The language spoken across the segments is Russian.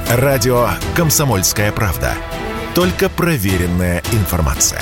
Радио «Комсомольская правда». Только проверенная информация.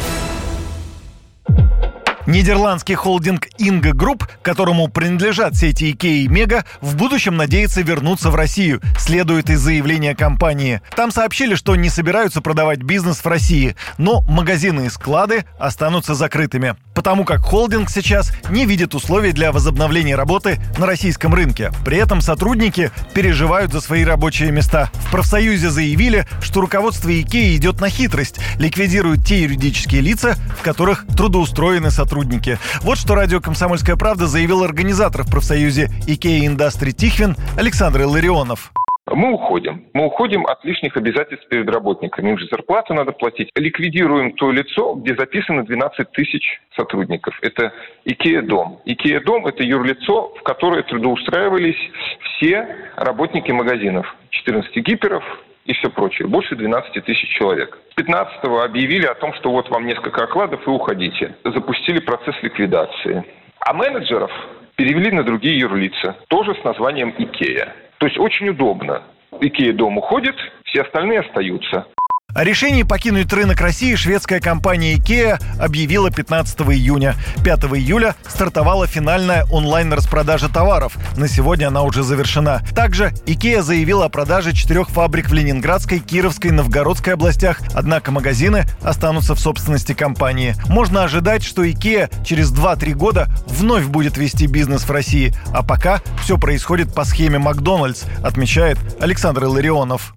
Нидерландский холдинг Inge Group, которому принадлежат сети IKEA и Mega, в будущем надеется вернуться в Россию, следует из заявления компании. Там сообщили, что не собираются продавать бизнес в России, но магазины и склады останутся закрытыми, потому как холдинг сейчас не видит условий для возобновления работы на российском рынке. При этом сотрудники переживают за свои рабочие места. В профсоюзе заявили, что руководство IKEA идет на хитрость, ликвидирует те юридические лица, в которых трудоустроены сотрудники. Вот что радио «Комсомольская правда» заявил организатор в профсоюзе IKEA Industry Тихвин Александр Илларионов. Мы уходим от лишних обязательств перед работниками. Им же зарплату надо платить. Ликвидируем то лицо, где записано 12 тысяч сотрудников. Это IKEA Дом. IKEA Дом – это юрлицо, в которое трудоустраивались все работники магазинов. 14 гиперов и все прочее. Больше 12 тысяч человек. С 15-го объявили о том, что вот вам несколько окладов и уходите. Запустили процесс ликвидации. А менеджеров перевели на другие юрлица. Тоже с названием IKEA. То есть очень удобно. IKEA Дом уходит, все остальные остаются. О решении покинуть рынок России шведская компания IKEA объявила 15 июня. 5 июля стартовала финальная онлайн-распродажа товаров. На сегодня она уже завершена. Также IKEA заявила о продаже 4 фабрик в Ленинградской, Кировской, Новгородской областях. Однако магазины останутся в собственности компании. Можно ожидать, что IKEA через 2-3 года вновь будет вести бизнес в России. А пока все происходит по схеме Макдональдс, отмечает Александр Илларионов.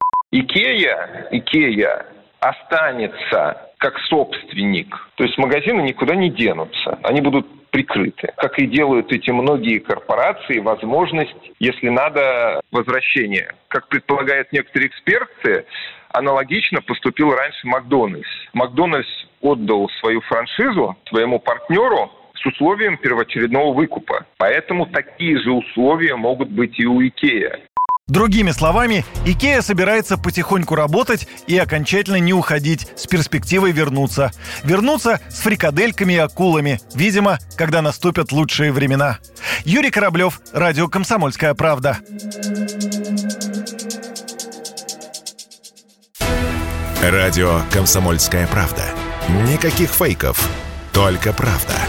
IKEA останется как собственник. То есть магазины никуда не денутся. Они будут прикрыты. Как и делают эти многие корпорации, возможность, если надо, возвращения. Как предполагают некоторые эксперты, аналогично поступил раньше Макдональдс. Макдональдс отдал свою франшизу своему партнеру с условием первоочередного выкупа. Поэтому такие же условия могут быть и у IKEA. Другими словами, IKEA собирается потихоньку работать и окончательно не уходить, с перспективой вернуться. Вернуться с фрикадельками и акулами, видимо, когда наступят лучшие времена. Юрий Кораблев, радио «Комсомольская правда». Радио «Комсомольская правда». Никаких фейков, только правда.